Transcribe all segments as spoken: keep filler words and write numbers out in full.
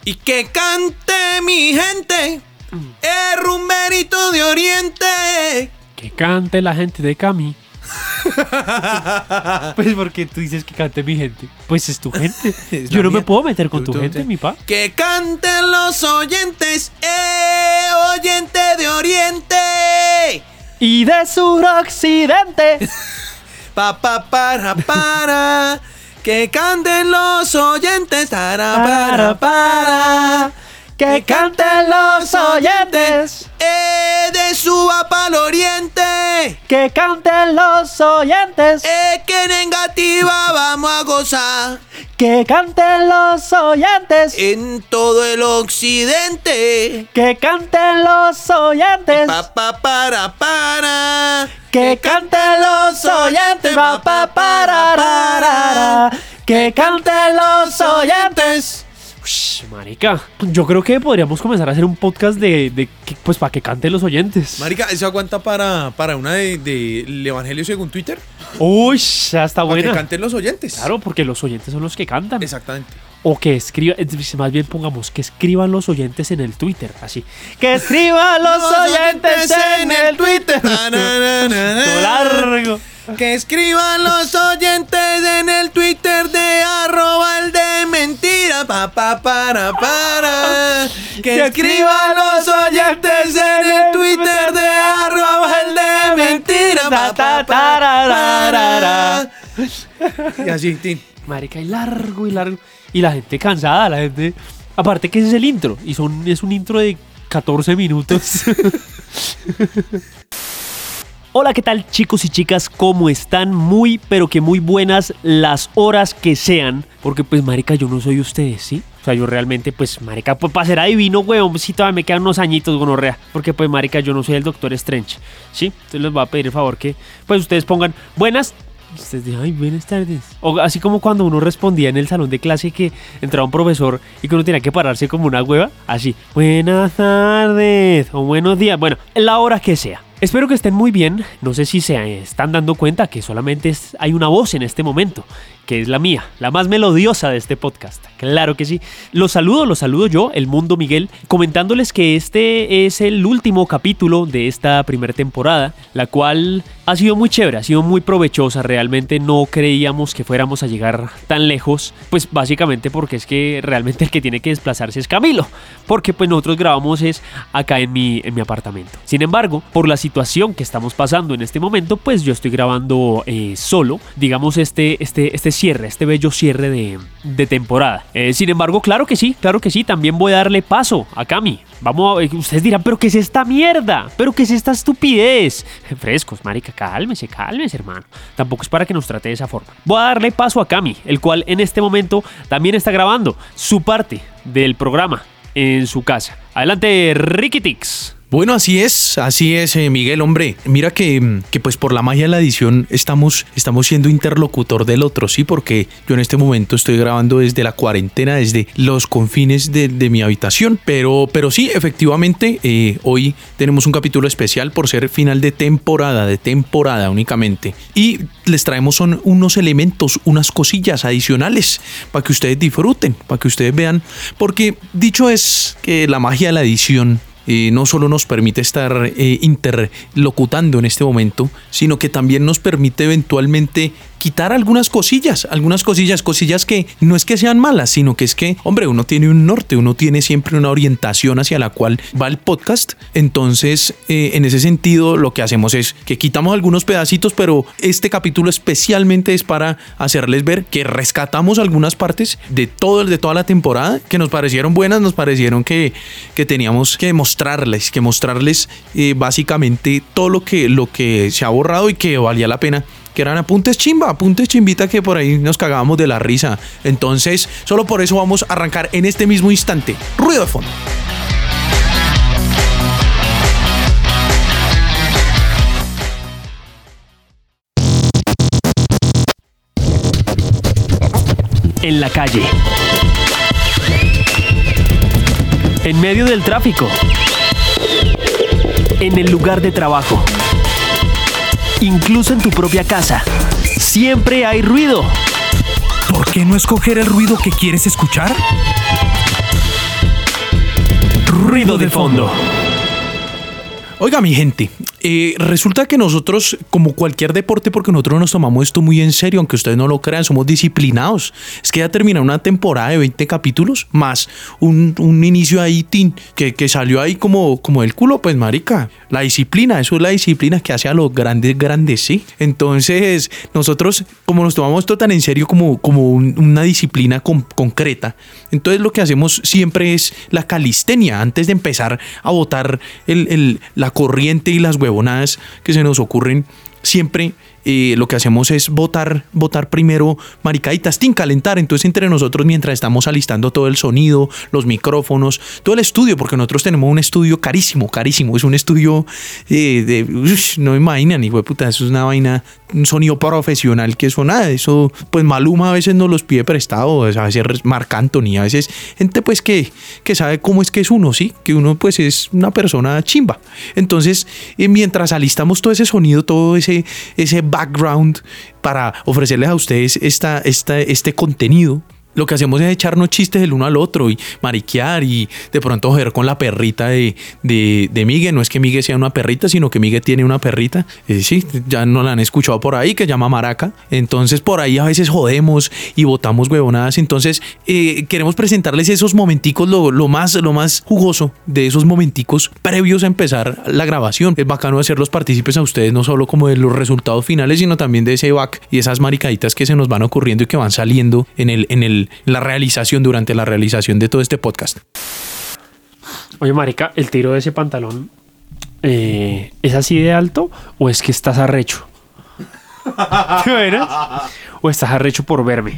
Y que cante mi gente, el rumberito de Oriente. Que cante la gente de Cami. Pues porque tú dices que cante mi gente. Pues es tu gente. Es Yo no mía. me puedo meter con tu, tu gente, te... mi pa. Que canten los oyentes, eh, oyente de Oriente. Y de sur a occidente. Pa, pa, para, para. Que canten los oyentes. Para, para, para. Que canten los oyentes. Eh, de Suba pa'l Oriente. Que canten los oyentes. Eh, que negativa vamos a gozar. Que canten los oyentes. En todo el occidente. Que canten los oyentes. Pa, pa, para, para. Que canten los oyentes. Pa, pa, para, para. Que canten los oyentes. Ush, marica, yo creo que podríamos comenzar a hacer un podcast de, de pues para que canten los oyentes. Marica, ¿eso aguanta para, para una de, de el Evangelio según Twitter? Uy, ya está buena. Para que canten los oyentes. Claro, porque los oyentes son los que cantan. Exactamente. O que escriban, más bien pongamos, que escriban los oyentes en el Twitter, así. Que escriban los, los oyentes, oyentes en el Twitter. Na, na, na, na, na. Todo largo. Que escriban los oyentes en el Twitter de arroba el de mentira. Pa, pa, para, para. Que, que escriban los oyentes en el Twitter de arroba el de mentira. Pa, pa, para, para. Y así, Tim. Marica, y largo y largo. Y la gente cansada, la gente... Aparte que ese es el intro. Y son, es un intro de catorce minutos. Hola, ¿qué tal, chicos y chicas? ¿Cómo están? Muy, pero que muy buenas las horas que sean. Porque, pues, marica, yo no soy ustedes, ¿sí? O sea, yo realmente, pues, marica, pues, para ser adivino, weón, sí, todavía me quedan unos añitos, gonorrea. Porque, pues, marica, yo no soy el Doctor Strange, ¿sí? Entonces les voy a pedir el favor que, pues, ustedes pongan buenas... Ustedes dicen, ay, buenas tardes. O así como cuando uno respondía en el salón de clase que entraba un profesor y que uno tenía que pararse como una hueva. Así, buenas tardes o buenos días. Bueno, la hora que sea. Espero que estén muy bien. No sé si se están dando cuenta que solamente es, hay una voz en este momento, que es la mía, la más melodiosa de este podcast. Claro que sí. Los saludo, los saludo yo, El Mundo Miguel, comentándoles que este es el último capítulo de esta primera temporada, la cual ha sido muy chévere, ha sido muy provechosa. Realmente no creíamos que fuéramos a llegar tan lejos, pues básicamente porque es que realmente el que tiene que desplazarse es Camilo, porque pues nosotros grabamos es acá en mi, en mi apartamento. Sin embargo, por la situación que estamos pasando en este momento, pues yo estoy grabando eh, solo, digamos este, este, este cierre, este bello cierre de, de temporada. Eh, sin embargo, claro que sí, claro que sí, también voy a darle paso a Cami. Vamos a, ustedes dirán, pero ¿qué es esta mierda? ¿Pero qué es esta estupidez? Frescos, marica, cálmese, cálmese, hermano. Tampoco es para que nos trate de esa forma. Voy a darle paso a Cami, el cual en este momento también está grabando su parte del programa en su casa. Adelante, Rikitix. Bueno, así es, así es, eh, Miguel, hombre. Mira que, que pues por la magia de la edición estamos, estamos siendo interlocutor del otro, ¿sí? Porque yo en este momento estoy grabando desde la cuarentena, desde los confines de, de mi habitación. Pero, pero sí, efectivamente, eh, hoy tenemos un capítulo especial por ser final de temporada, de temporada únicamente. Y les traemos son unos elementos, unas cosillas adicionales para que ustedes disfruten, para que ustedes vean. Porque dicho es que la magia de la edición... Eh, no solo nos permite estar eh, interlocutando en este momento, sino que también nos permite eventualmente quitar algunas cosillas, algunas cosillas, cosillas que no es que sean malas, sino que es que, hombre, uno tiene un norte, uno tiene siempre una orientación hacia la cual va el podcast. Entonces, eh, en ese sentido, lo que hacemos es que quitamos algunos pedacitos, pero este capítulo especialmente es para hacerles ver que rescatamos algunas partes de todo, de toda la temporada que nos parecieron buenas, nos parecieron que, que teníamos que mostrarles, que mostrarles eh, básicamente todo lo que, lo que se ha borrado y que valía la pena, que eran apuntes chimba, apuntes chimbita que por ahí nos cagábamos de la risa. Entonces, solo por eso vamos a arrancar en este mismo instante. Ruido de fondo. En la calle, en medio del tráfico, en el lugar de trabajo, incluso en tu propia casa, siempre hay ruido. ¿Por qué no escoger el ruido que quieres escuchar? Ruido de fondo. Oiga, mi gente, eh, resulta que nosotros, como cualquier deporte, porque nosotros nos tomamos esto muy en serio, aunque ustedes no lo crean, somos disciplinados. Es que ya termina una temporada de veinte capítulos, más un, un inicio ahí, tin, que, que salió ahí como, como el culo, pues marica. La disciplina, eso es la disciplina que hace a los grandes grandes, ¿sí? Entonces, nosotros, como nos tomamos esto tan en serio como, como un, una disciplina con, concreta, entonces lo que hacemos siempre es la calistenia, antes de empezar a botar el, el, la corriente y las huevonadas que se nos ocurren, siempre eh, lo que hacemos es botar, botar primero maricaditas, tin, calentar. Entonces entre nosotros, mientras estamos alistando todo el sonido, los micrófonos, todo el estudio, porque nosotros tenemos un estudio carísimo, carísimo, es un estudio eh, de, uff, no me imaginan, hijo de puta, eso es una vaina, un sonido profesional que eso nada, eso pues Maluma a veces nos los pide prestado, a veces Marc Anthony, a veces gente pues que, que sabe cómo es que es uno, sí, que uno pues es una persona chimba. Entonces eh, mientras alistamos todo ese sonido, todo ese, ese background para ofrecerles a ustedes esta, esta, este contenido, lo que hacemos es echarnos chistes el uno al otro y mariquear y de pronto joder con la perrita de, de, de Miguel. No es que Miguel sea una perrita, sino que Miguel tiene una perrita. Eh, sí, ya no la han escuchado por ahí, que se llama Maraca. Entonces por ahí a veces jodemos y botamos huevonadas. Entonces eh, queremos presentarles esos momenticos, lo, lo, más, lo más jugoso de esos momenticos previos a empezar la grabación. Es bacano hacerlos partícipes a ustedes, no solo como de los resultados finales, sino también de ese back y esas maricaditas que se nos van ocurriendo y que van saliendo en el, en el la realización, durante la realización de todo este podcast. Oye, marica, ¿el tiro de ese pantalón eh, es así de alto o es que estás arrecho? ¿Te verás? ¿O estás arrecho por verme?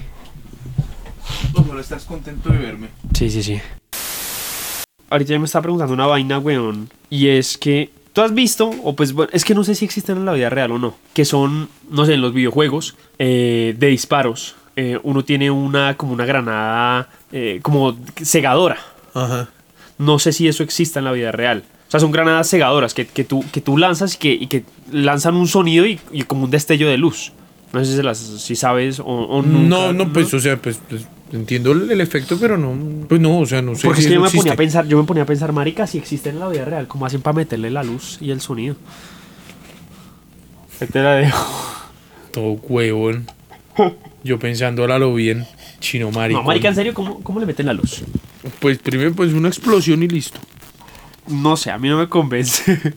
¿O solo estás contento de verme? Sí, sí, sí. Ahorita ya me está preguntando una vaina, weón. Y es que tú has visto, o pues bueno, es que no sé si existen en la vida real o no, que son, no sé, en los videojuegos eh, de disparos. Eh, uno tiene una como una granada eh, como cegadora. Ajá. No sé si eso exista en la vida real. O sea, son granadas cegadoras que, que, tú, que tú lanzas y que, y que lanzan un sonido y, y como un destello de luz. No sé si, se las, si sabes o, o nunca. No, no, pues, ¿no? O sea, pues, pues entiendo el, el efecto, pero no, pues no, o sea, no sé. Porque si es que yo me existe. ponía a pensar, yo me ponía a pensar, marica, si existen en la vida real, ¿cómo hacen para meterle la luz y el sonido? Ahí te la dejo. Todo huevón. Yo pensándola lo bien, chino marica. No, marica, en serio, ¿cómo, cómo le meten la luz? Pues primero, pues una explosión y listo. No sé, a mí no me convence.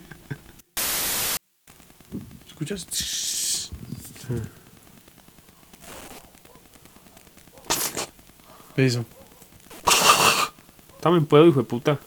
¿Escuchas? Eso. También puedo, hijo de puta.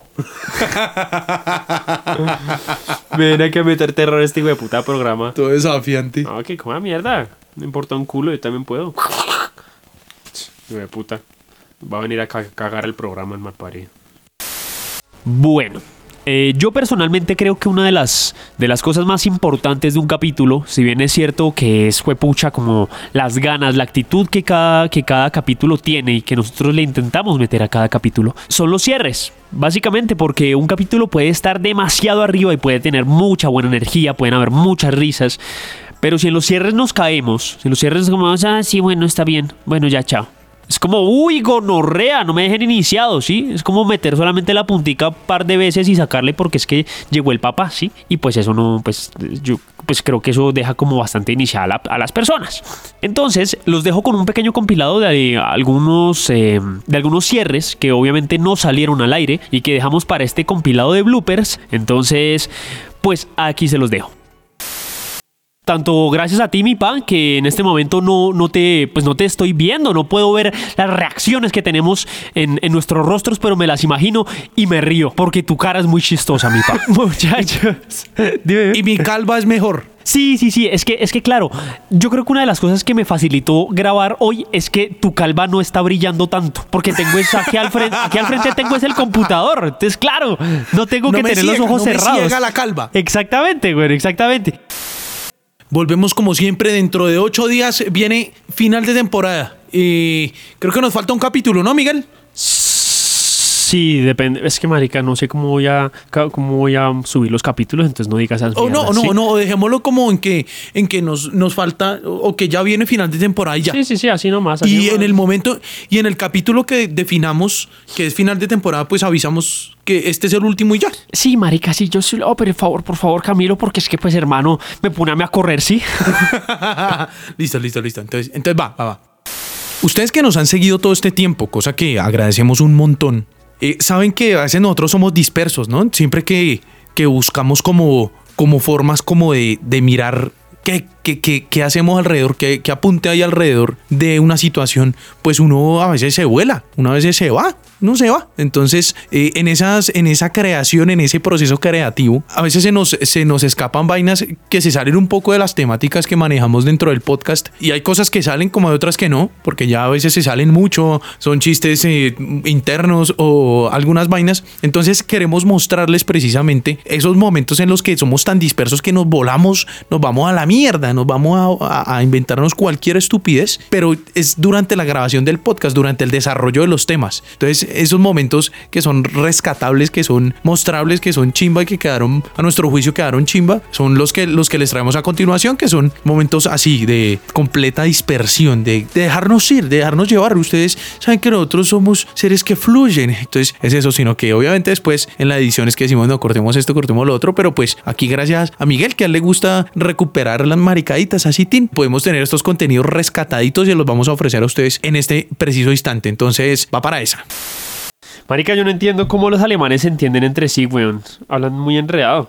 Me viene que meter terror este hijo de puta programa. Todo desafiante. No, que coma mierda. No importa un culo, yo también puedo. Hijo de puta. Va a venir a cagar el programa en malparido. Bueno. Eh, yo personalmente creo que una de las, de las cosas más importantes de un capítulo, si bien es cierto que es juepucha como las ganas, la actitud que cada, que cada capítulo tiene y que nosotros le intentamos meter a cada capítulo, son los cierres. Básicamente porque un capítulo puede estar demasiado arriba y puede tener mucha buena energía, pueden haber muchas risas, pero si en los cierres nos caemos, si en los cierres como, ah, sí, bueno, está bien, bueno, ya, chao. Es como, uy, gonorrea, no me dejen iniciado, ¿sí? Es como meter solamente la puntica un par de veces y sacarle porque es que llegó el papá, ¿sí? Y pues eso no, pues yo pues creo que eso deja como bastante iniciada a, la, a las personas. Entonces, los dejo con un pequeño compilado de algunos, eh, de algunos cierres que obviamente no salieron al aire y que dejamos para este compilado de bloopers. Entonces, pues aquí se los dejo. Tanto gracias a ti, mi pan, que en este momento no, no, te, pues no te estoy viendo, no puedo ver las reacciones que tenemos en, en nuestros rostros, pero me las imagino y me río, porque tu cara es muy chistosa, mi pan. Muchachos. Dime. Y mi calva es mejor. Sí, sí, sí, es que, es que claro, yo creo que una de las cosas que me facilitó grabar hoy es que tu calva no está brillando tanto, porque tengo eso aquí al frente, aquí al frente tengo es el computador, entonces claro, no tengo no que tener ciega, los ojos no cerrados. Me ciega la calva. Exactamente, güey, exactamente. Volvemos como siempre, dentro de ocho días viene final de temporada. Y creo que nos falta un capítulo, ¿no, Miguel? Sí. Sí, depende. Es que, marica, no sé cómo voy a cómo voy a subir los capítulos, entonces no digas esas O no, mierdas, no, ¿sí? no, dejémoslo como en que, en que nos, nos falta, o que ya viene final de temporada y ya. Sí, sí, sí, así nomás. Así Y nomás. en el momento, y en el capítulo que definamos que es final de temporada, pues avisamos que este es el último y ya. Sí, marica, sí, yo sí. Oh, pero por favor, por favor, Camilo, porque es que, pues, hermano, me pone a mí a correr, ¿sí? Listo, listo, listo. Entonces, entonces va, va, va. Ustedes que nos han seguido todo este tiempo, cosa que agradecemos un montón, eh, saben que a veces nosotros somos dispersos, ¿no? Siempre que, que buscamos como, como formas como de, de mirar qué, qué, qué, qué hacemos alrededor, qué, qué apunte hay alrededor de una situación, pues uno a veces se vuela, uno a veces se va, no se va. Entonces, eh, en, esas, en esa creación, en ese proceso creativo, a veces se nos, se nos escapan vainas que se salen un poco de las temáticas que manejamos dentro del podcast, y hay cosas que salen como hay otras que no, porque ya a veces se salen mucho, son chistes eh, internos o algunas vainas. Entonces queremos mostrarles precisamente esos momentos en los que somos tan dispersos que nos volamos, nos vamos a la mierda, nos vamos a, a, a inventarnos cualquier estupidez, pero es durante la grabación del podcast, durante el desarrollo de los temas. Entonces esos momentos que son rescatables, que son mostrables, que son chimba y que quedaron, a nuestro juicio quedaron chimba, son los que, los que les traemos a continuación, que son momentos así de completa dispersión, de, de dejarnos ir, de dejarnos llevar. Ustedes saben que nosotros somos seres que fluyen, entonces es eso, sino que obviamente después en la edición es que decimos no, cortemos esto, cortemos lo otro, pero pues aquí gracias a Miguel, que a él le gusta recuperar las maricaditas así, tin, podemos tener estos contenidos rescataditos y los vamos a ofrecer a ustedes en este preciso instante. Entonces va para esa. Marica, yo no entiendo cómo los alemanes se entienden entre sí, weón. Hablan muy enredado.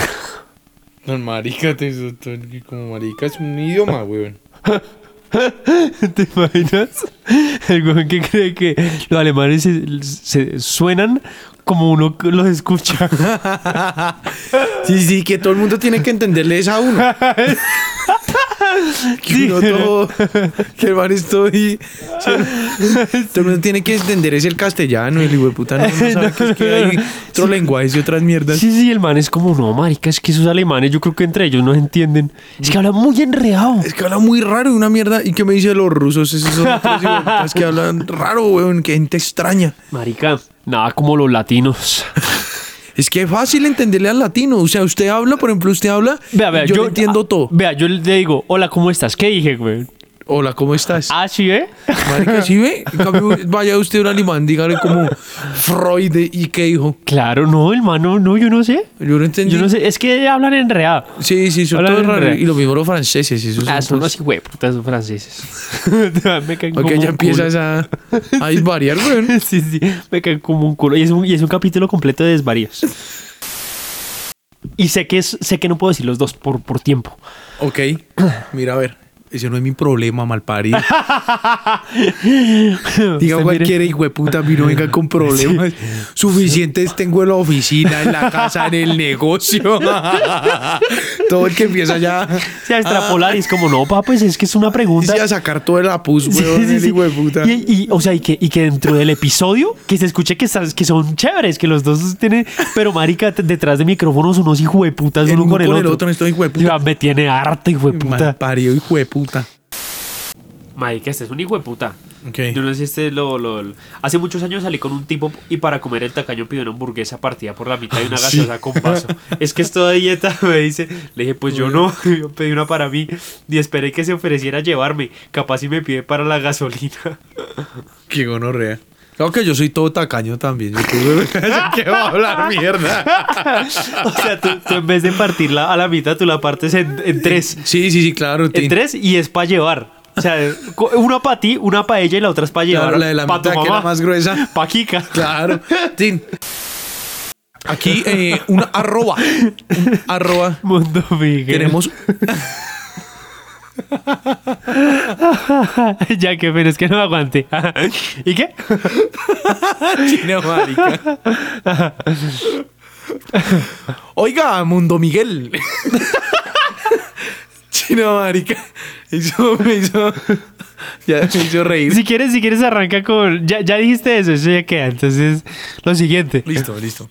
No, marica, te, como marica es un idioma, weón. ¿Te imaginas? El weón que cree que los alemanes se, se suenan como uno los escucha. Sí, sí, que todo el mundo tiene que entenderles a uno. Que Sí. uno todo, que el man estoy. Todo el mundo tiene que entender es el castellano, el hijo de puta no, no sabe que es que hay otros lenguajes y otras mierdas. Sí, sí, el man es como, no, marica, es que esos alemanes yo creo que entre ellos no se entienden. Es que hablan muy enredado. Es que habla muy raro y una mierda. ¿Y qué me dice de los rusos? Esos son otros hijos de putas que hablan raro, weón, que gente extraña. Marica, nada como los latinos. Es que es fácil entenderle al latino. O sea, usted habla, por ejemplo, usted habla. Vea, vea, yo, yo le entiendo ah, todo. Vea, yo le digo, hola, ¿cómo estás? ¿Qué dije, güey? Hola, ¿cómo estás? Ah, sí, ¿eh? Marica, ¿sí ve? En cambio, vaya usted a un alemán, dígale como Freud y qué dijo. Claro, no, hermano, no, yo no sé. Yo no entendí. Yo no sé, es que hablan enredado. Sí, sí, son Hablan todos raros. enredado. Y lo mismo los franceses. Esos Ah, son todos- unos hijueputas esos franceses. Me caen Ok, como ya un culo. empiezas a, a desvariar, weón. Sí, sí, me caen como un culo. Y es un, y es un capítulo completo de desvaríos. Y sé que, es, sé que no puedo decir los dos por, por tiempo. Ok, mira, a ver. Ese no es mi problema, malparido. Diga Usted cualquier mire- hijo de puta, a mí no venga con problemas. Suficientes tengo en la oficina, en la casa, en el negocio. Todo el que empieza ya Sí, a extrapolar y es como, no, papá, pues es que es una pregunta. sí, a sacar todo el apus, Sí, weón, sí, el sí. hijo de puta. Y, y, o sea, y que, y que dentro del episodio que se escuche que, estás- que son chéveres, que los dos tienen, pero marica, t- detrás de micrófonos unos hijo de putas, El uno uno con el otro. esto hijo de puta. Ya, me tiene harta, hijo de puta. Malparido, hijo de puta. Marica, este es un hijo de puta. Ok. Yo no sé si este lo, lo, lo- Hace muchos años salí con un tipo y para comer el tacaño pidió una hamburguesa partida por la mitad y una Sí. gaseosa con vaso. Es que esto de dieta, me dice. Le dije, pues yo no, yo pedí una para mí y esperé que se ofreciera a llevarme. Capaz si me pide para la gasolina. Qué gonorrea. Claro que yo soy todo tacaño también. Yo que va a hablar mierda. O sea, tú, tú en vez de partirla a la mitad, tú la partes en, en tres. Sí, sí, sí, claro. En Tin. tres y es para llevar. O sea, co- una para ti, una para ella y la otra es para llevar. Claro, la de la pa' tu mitad, que es la mamá. más gruesa. Pa' Kika. Claro. Tin. Aquí eh, una arroba. Un arroba. Mundo Miguel. Tenemos. Ya que, pero es que no aguante. ¿Y qué? Chino, marica. Oiga, Mundo Miguel. Chino, marica. Eso me hizo. Ya me hizo reír. Si quieres, si quieres arranca con... Ya, ya dijiste eso, eso ya queda. Entonces, lo siguiente. Listo, listo.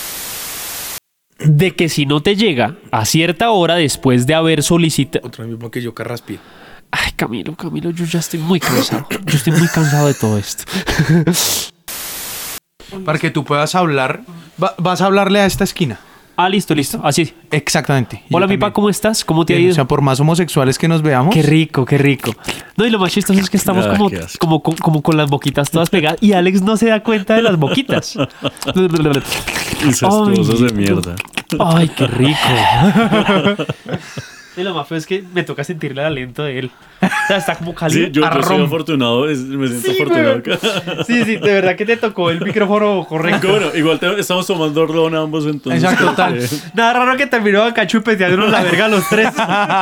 De que si no te llega a cierta hora después de haber solicitado... Otro mismo que yo, Carraspi. Ay, Camilo, Camilo, yo ya estoy muy cansado. Yo estoy muy cansado de todo esto. para que tú puedas hablar. Va- vas a hablarle a esta esquina. Ah, listo, listo. Así. Exactamente. Y Hola, yo mi pa, también. ¿cómo estás? ¿Cómo te ha Bien, ido? o sea, por más homosexuales que nos veamos. Qué rico, qué rico. No, y lo más chistoso es que estamos Ah, como, qué asco. como, como, como con las boquitas todas pegadas y Alex no se da cuenta de las boquitas. Incestuosos de mierda. Ay, qué rico. Y lo más feo es que me toca sentir el aliento de él. O sea, está como cálido. Sí, yo, a yo soy rom. afortunado, es- me siento Sí, afortunado. Sí, sí, de verdad que te tocó el micrófono correcto. Bueno, igual te- estamos tomando ron ambos entonces. Exacto, creo tal. que- Nada raro que terminó acá chupeteándonos la verga los tres.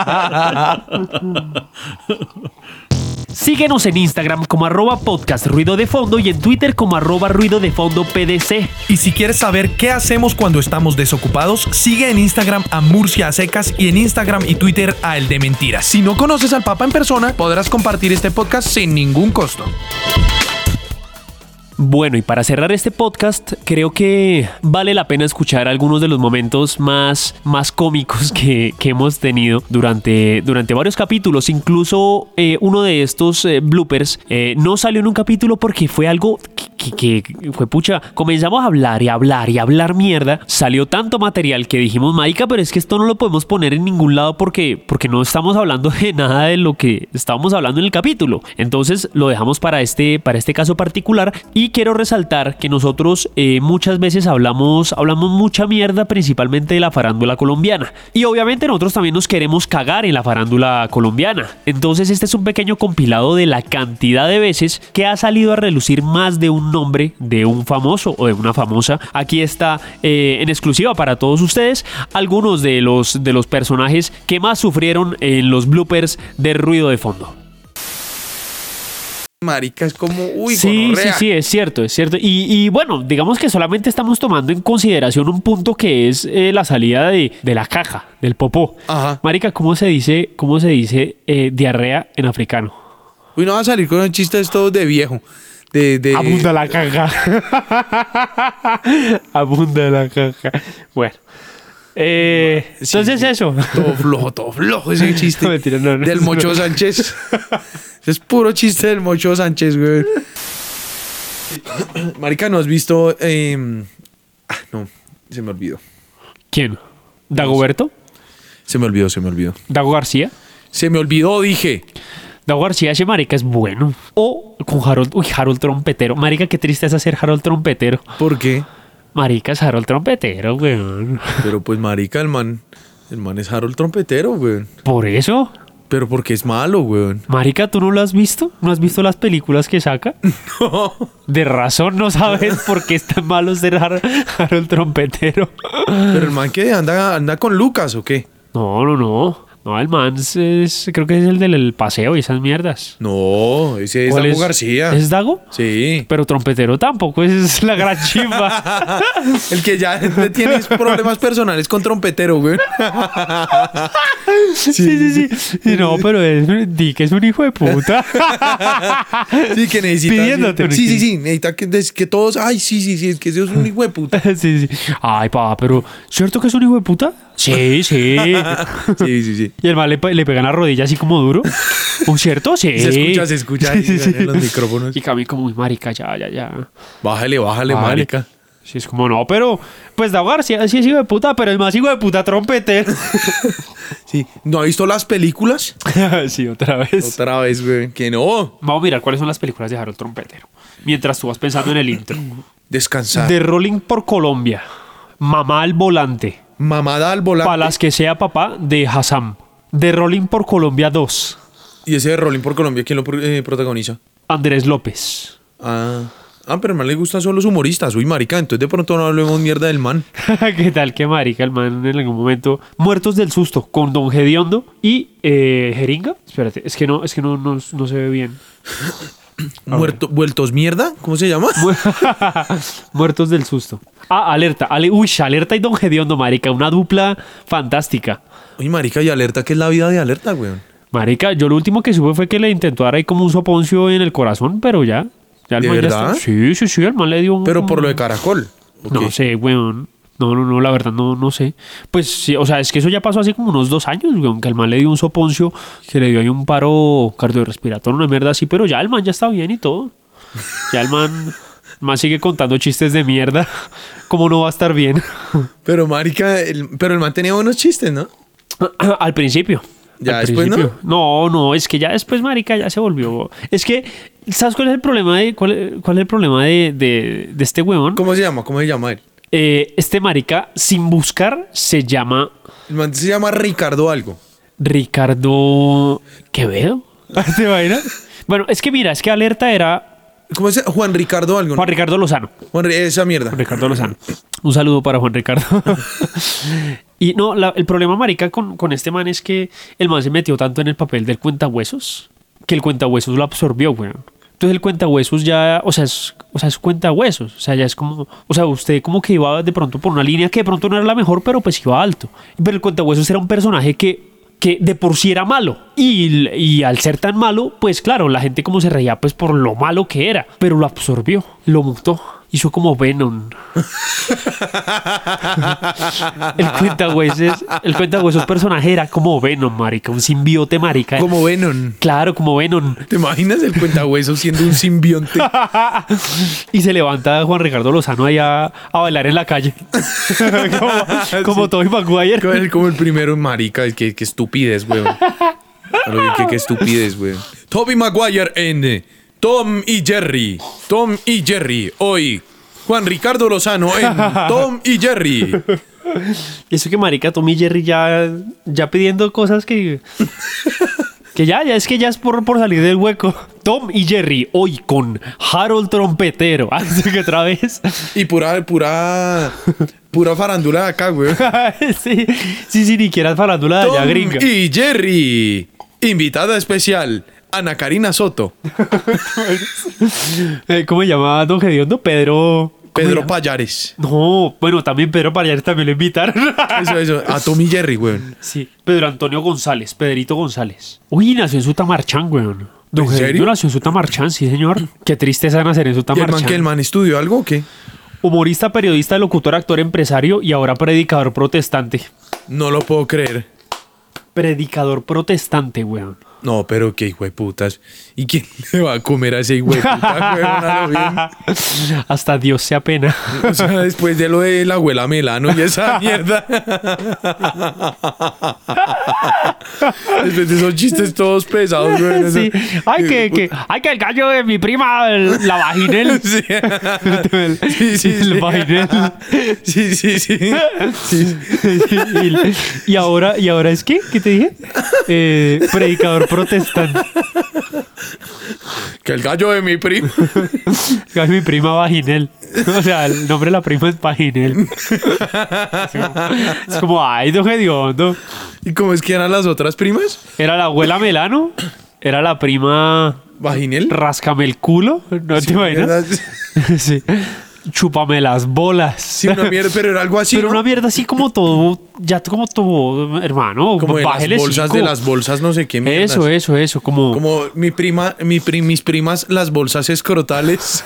Síguenos en Instagram como arroba podcast ruido de fondo y en Twitter como arroba ruido de fondo pdc. Y si quieres saber qué hacemos cuando estamos desocupados, sigue en Instagram a Murcia a Secas y en Instagram y Twitter a El de Mentiras. Si no conoces al Papa en persona, podrás compartir este podcast sin ningún costo. Bueno, y para cerrar este podcast, creo que vale la pena escuchar algunos de los momentos más, más cómicos que, que hemos tenido durante, durante varios capítulos. Incluso eh, uno de estos eh, bloopers eh, no salió en un capítulo porque fue algo que, que, que fue pucha. Comenzamos a hablar y hablar y hablar mierda. Salió tanto material que dijimos, marica, pero es que esto no lo podemos poner en ningún lado porque, porque no estamos hablando de nada de lo que estábamos hablando en el capítulo. Entonces lo dejamos para este, para este caso particular. Y quiero resaltar que nosotros eh, muchas veces hablamos, hablamos mucha mierda, principalmente de la farándula colombiana. Y obviamente nosotros también nos queremos cagar en la farándula colombiana. Entonces este es un pequeño compilado de la cantidad de veces que ha salido a relucir más de un nombre de un famoso o de una famosa. Aquí está eh, en exclusiva para todos ustedes algunos de los, de los personajes que más sufrieron en los bloopers de ruido de fondo. Marica, es como, uy, Sí, sí, gonorrea. sí, es cierto, es cierto. Y, y bueno, digamos que solamente estamos tomando en consideración un punto que es eh, la salida de, de la caja, del popó. Ajá. Marica, ¿cómo se dice, cómo se dice eh, diarrea en africano? Uy, no va a salir con un chiste esto de viejo. De, de... Abunda la caja. Abunda la caja. Bueno. Eh, Sí, entonces sí. eso. Todo flojo, todo flojo ese chiste. No, mentira, no, no. Del Mocho Sánchez. Es puro chiste del Mocho Sánchez, güey. Marica, ¿no has visto? eh, Ah, no, se me olvidó. ¿Quién? ¿Dagoberto? Se me olvidó, se me olvidó. ¿Dago García? Se me olvidó, dije. Dago García, ese marica es bueno. O con Harold, uy, Harold Trompetero. Marica, qué tristeza ser Harold Trompetero. ¿Por qué? Marica es Harold Trompetero, weón. Pero pues, marica, el man... El man es Harold Trompetero, güey. Por eso, Pero porque es malo, güey. marica, ¿tú no lo has visto? ¿No has visto las películas que saca? No. De razón no sabes por qué es tan malo ser Har- Harold Trompetero. Pero el man que anda, anda con Lucas, ¿o qué? No, no, no. No, el man es, es- creo que es el del paseo y esas mierdas. No, ese es ¿Cuál Dago García. ¿Es Dago? Sí. Pero Trompetero tampoco, es la gran chimba. El que ya tiene problemas personales con Trompetero, güey. Sí, sí, sí. Sí, no, pero es, di que es un hijo de puta. Sí, que necesita. Pidiéndote, Sí, sí, Ricky. sí. Necesita que, que todos. Ay, sí, sí, sí. Es que eso es un hijo de puta. Sí, sí. Ay, papá, pero ¿cierto que es un hijo de puta? Sí, sí. Sí, sí, sí. Y el mal le, pe- le pegan la rodilla así como duro. ¿Un cierto? Sí. Se escucha, se escucha ahí Sí, sí, sí. en los micrófonos. Y Cami como muy marica, ya, ya, ya. Bájale, bájale, Vale. marica. Sí, es como no, pero pues Dago García sí es hijo de puta, pero el más hijo de puta Trompetero. Sí. ¿No ha visto las películas? Sí, otra vez. Otra vez, güey. Que no. Vamos a mirar cuáles son las películas de Harold Trompetero. Mientras tú vas pensando en el intro. Descansar. The Rolling por Colombia. Mamá al volante. Mamada al volante. Para las que sea papá de Hassam. The Rolling por Colombia dos. Y ese de Rolling por Colombia, ¿quién lo pro- eh, protagoniza? Andrés López. Ah. Ah, pero al man le gustan solo los humoristas. Uy, marica, entonces de pronto no hablemos mierda del man. ¿Qué tal que marica el man en algún momento? Muertos del susto con Don Gediondo y eh, Jeringa. Espérate, es que no, es que no, no, no se ve bien. Muerto, ¿Vueltos mierda? ¿Cómo se llama? Muertos del susto. Ah, Alerta. Ale, uy, Alerta y Don Gediondo, marica. Una dupla fantástica. Uy, marica, y Alerta, ¿qué es la vida de Alerta, weón? Marica, yo lo último que supe fue que le intentó dar ahí como un soponcio en el corazón, pero ya. ya el ¿De man ya verdad? está- Sí, sí, sí, el man le dio un... Pero por lo de Caracol. ¿o No qué? sé, weón. No, no, no, la verdad no, no sé. Pues sí, o sea, es que eso ya pasó hace como unos dos años, weón, que el man le dio un soponcio, que le dio ahí un paro cardiorrespiratorio, una mierda así, pero ya el man ya está bien y todo. Ya el man, Más sigue contando chistes de mierda. ¿Cómo no va a estar bien? Pero, marica, el, pero el man tenía buenos chistes, ¿no? Al principio. Ya Al después, principio. ¿no? No, no, es que ya después, marica, ya se volvió. Es que, ¿sabes cuál es el problema de cuál, cuál es el problema de, de, de este huevón? ¿Cómo se llama? ¿Cómo se llama él? Eh, este marica, sin buscar, se llama El man se llama Ricardo algo. Ricardo Quevedo. ¿Te imaginas? Bueno, es que mira, es que Alerta era ¿Cómo se llama? Juan Ricardo algo, ¿no? Juan Ricardo Lozano. Juan, esa mierda. Juan Ricardo Lozano. Un saludo para Juan Ricardo. Y no, la- el problema, marica, con, con este man es que el man se metió tanto en el papel del cuentahuesos que el cuentahuesos lo absorbió, güey. Entonces el cuentahuesos ya, o sea, es, o sea, es cuentahuesos. O sea, ya es como, o sea, usted como que iba de pronto por una línea que de pronto no era la mejor, pero pues iba alto. Pero el cuentahuesos era un personaje que, que de por sí era malo. Y, y al ser tan malo, pues claro, la gente como se reía pues por lo malo que era. Pero lo absorbió, lo montó. Hizo como Venom. El cuentahuesos, el cuentahuesos personaje era como Venom, marica. Un simbiote, marica. Como Venom. Claro, como Venom. ¿Te imaginas el cuentahueso siendo un simbionte? Y se levanta Juan Ricardo Lozano ahí a, a bailar en la calle. como como Sí. Tobey Maguire. Como el, como el primero, marica. Qué, qué estupidez, weón. Pero Qué, qué estupidez, weón. Tobey Maguire en eh, Tom y Jerry. Tom y Jerry. Hoy, Juan Ricardo Lozano en Tom y Jerry. Y eso que marica, Tom y Jerry ya, ya pidiendo cosas que... Que ya, ya es que ya es por, por salir del hueco. Tom y Jerry, hoy con Harold Trompetero. Así que otra vez. Y pura, pura, pura farándula de acá, weón. sí, sí, sí, ni siquiera es farándula de allá Tom gringa. y Jerry. Invitada especial, Ana Karina Soto. Eh, ¿Cómo se llama Don Gediondo? Pedro... ¿cómo se Pedro llama? Payares. No, bueno, también Pedro Payares también lo invitaron. Eso, eso. A Tom y Jerry, weón. Sí, Pedro Antonio González, Pedrito González. Uy, nació en Sutamarchán, weón. Don ¿En Gediondo serio? nació en Sutamarchán, sí, señor. Qué tristeza nacer en ¿Y el man Sutamarchán. que el man estudió algo o qué? Humorista, periodista, locutor, actor, empresario y ahora predicador protestante. No lo puedo creer. Predicador protestante, weón. No, pero qué hijo de putas. ¿Y quién le va a comer a ese hijo de puta, weón? A lo bien. Hasta Dios se apena. O sea, después de lo de la abuela Melano y esa mierda. Después de esos chistes todos pesados, güey. eso- Sí. Ay, que, que, ay, que el gallo de mi prima, el- la vaginel. Sí. El- Sí, sí, el sí. vaginel. Sí, sí, sí. Sí. y, y ahora, ¿y ahora es qué? ¿Qué te dije? Eh, predicador protestante. Que el gallo de mi primo. Es mi prima Vaginel. O sea, el nombre de la prima es Vaginel. Es como, ay, don Gediondo. ¿Y cómo es que eran las otras primas? Era la abuela Melano. Era la prima ¿Vaginel? Ráscame el culo. ¿No te imaginas? ¿Verdad? Sí. Chúpame las bolas. Sí, una mierda, pero era algo así, Pero ¿no? una mierda así como todo, ya como todo, hermano. Como de las bájele bolsas, cinco. de las bolsas, no sé qué mierdas. Eso, eso, eso. Como, Como mi prima, mi pri- mis primas, las bolsas escrotales.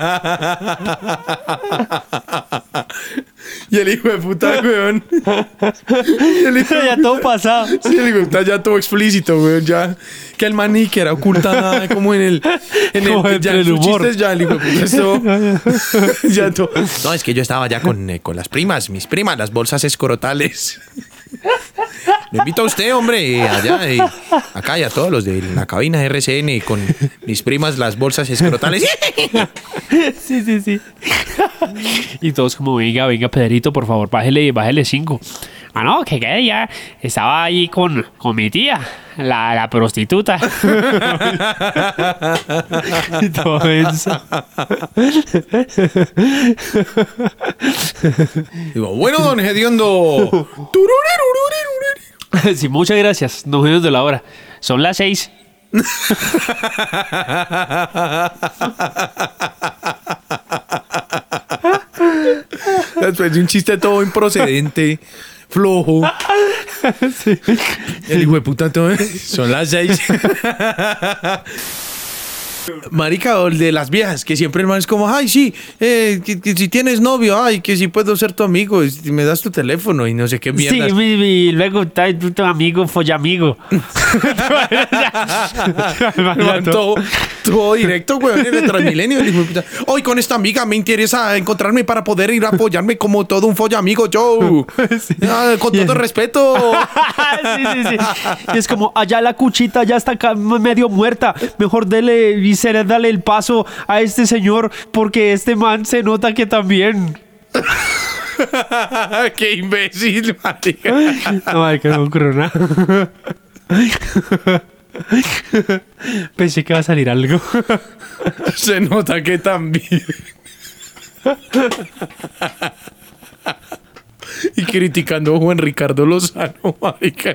Y el hijo de puta, weón. Y el hijo de ya todo pasado. Sí, el hijo de puta ya todo explícito, weón. Ya que el man ni que era oculta nada, como en el. En Como el, entre ya en el sus humor. chistes, ya el hijo de puta esto. Ya todo. No, es que yo estaba ya con, eh, con las primas, mis primas, las bolsas escrotales. Lo invito a usted, hombre, allá, eh, acá y a todos los de la cabina R C N con mis primas, las bolsas escrotales. Sí, sí, sí. Y todos como, venga, venga, Pedrito, por favor, bájele, bájele cinco. Ah, no, que que ya estaba ahí con, con mi tía, la, la prostituta. Y todo eso. Digo, bueno, don Gediondo. Sí, muchas gracias. Nos vemos de la hora. Son las seis. Después de un chiste todo improcedente, flojo. El hijo de puta todo. Son las seis. Marica, o el de las viejas, que siempre el man es como, ay, sí, eh, que, que si tienes novio, ay, que si puedo ser tu amigo, y si me das tu teléfono y no sé qué mierda. Sí, mi, mi- luego está tu, tu amigo, follamigo. El man todo, Todo directo, weón, en el Transmilenio. Hoy con esta amiga me interesa encontrarme para poder ir a apoyarme como todo un folla amigo, yo. Sí. Ah, con todo el respeto. Sí, sí, sí. Y es como, allá la cuchita ya está acá medio muerta. Mejor dele y se le dale el paso a este señor porque este man se nota que también... Qué imbécil, marica. No, marica, no me ocurrió nada. Pensé que iba a salir algo. Se nota que también. Y criticando a Juan Ricardo Lozano, marica.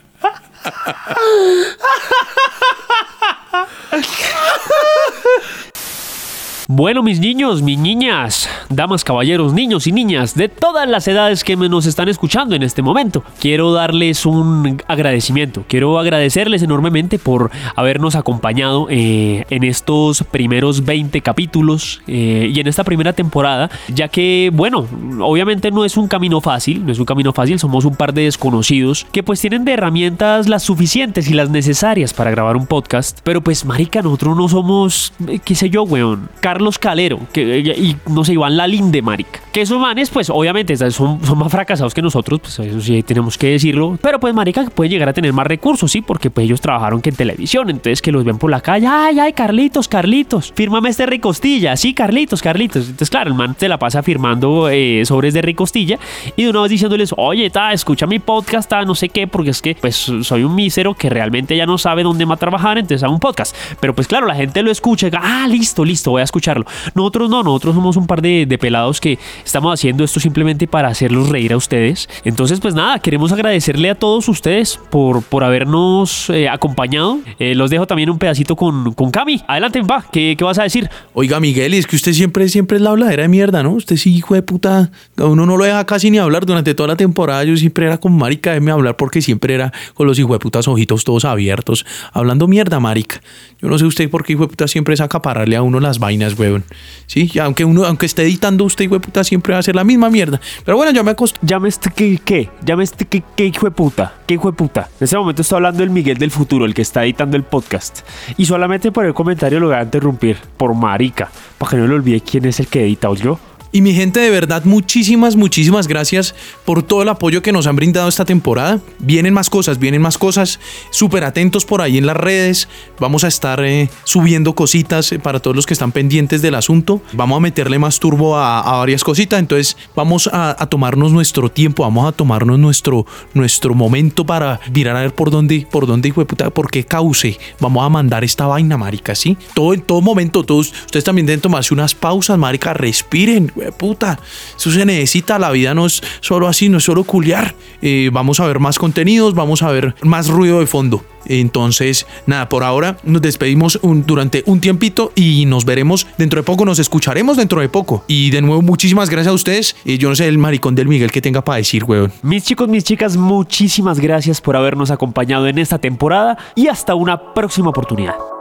Bueno, mis niños, mis niñas, damas, caballeros, niños y niñas de todas las edades que me nos están escuchando en este momento, quiero darles un agradecimiento. Quiero agradecerles enormemente por habernos acompañado eh, en estos primeros veinte capítulos eh, y en esta primera temporada, ya que, bueno, obviamente no es un camino fácil, no es un camino fácil, somos un par de desconocidos que pues tienen de herramientas las suficientes y las necesarias para grabar un podcast, pero pues, marica, nosotros no somos, eh, qué sé yo, weón, Carlos Calero que, y no sé, Iván Lalinde, marica. Que esos manes, pues obviamente son, son más fracasados que nosotros, pues eso sí tenemos que decirlo. Pero pues, marica, pueden llegar a tener más recursos, sí, porque pues ellos trabajaron que en televisión, entonces que los ven por la calle, ay, ay, Carlitos, Carlitos, fírmame este ricostilla, sí, Carlitos, Carlitos. Entonces, claro, el man se la pasa firmando eh, sobres de ricostilla y de una vez diciéndoles, oye, ta, escucha mi podcast, ta, no sé qué, porque es que pues soy un mísero que realmente ya no sabe dónde va a trabajar, entonces hago un podcast. Pero pues claro, la gente lo escucha y diga, ah, listo, listo, voy a escuchar. Nosotros no, nosotros somos un par de, de pelados que estamos haciendo esto simplemente para hacerlos reír a ustedes. Entonces, pues nada, queremos agradecerle a todos ustedes por, por habernos eh, acompañado. Eh, los dejo también un pedacito con, con Cami. Adelante, va, ¿qué, qué vas a decir? Oiga, Miguel, y es que usted siempre, siempre es la habladera de mierda, ¿no? Usted sí, hijo de puta, uno no lo deja casi ni hablar. Durante toda la temporada yo siempre era con marica, déjeme hablar, porque siempre era con los hijo de putas ojitos todos abiertos, hablando mierda, marica. Yo no sé usted por qué hijo de puta siempre es acapararle a uno las vainas, weón. Sí, aunque uno, aunque esté editando usted, hijo de puta, siempre va a hacer la misma mierda. Pero bueno, ya me acostumbré. Llame este que, ¿qué? Llame este que, ¿qué hijo de puta? ¿Qué hijo de puta? En ese momento está hablando el Miguel del futuro, el que está editando el podcast. Y solamente por el comentario lo voy a interrumpir, por marica, para que no le olvide quién es el que edita, ¿oyó? Y mi gente, de verdad, muchísimas, muchísimas gracias por todo el apoyo que nos han brindado esta temporada. Vienen más cosas, vienen más cosas. Súper atentos por ahí en las redes. Vamos a estar eh, subiendo cositas eh, para todos los que están pendientes del asunto. Vamos a meterle más turbo a, a varias cositas. Entonces vamos a, a tomarnos nuestro tiempo, vamos a tomarnos nuestro, nuestro momento para mirar a ver por dónde, por dónde, hijo de puta, por qué cauce vamos a mandar esta vaina, marica, ¿sí? Todo, en todo momento, todos, ustedes también deben tomarse unas pausas, marica, respiren, puta, eso se necesita, la vida no es solo así, no es solo culiar. Eh, vamos a ver más contenidos, vamos a ver más ruido de fondo. Entonces, nada, por ahora nos despedimos un, durante un tiempito y nos veremos dentro de poco, nos escucharemos dentro de poco. Y de nuevo, muchísimas gracias a ustedes. Eh, yo no sé el maricón del Miguel que tenga para decir, weón. Mis chicos, mis chicas, muchísimas gracias por habernos acompañado en esta temporada y hasta una próxima oportunidad.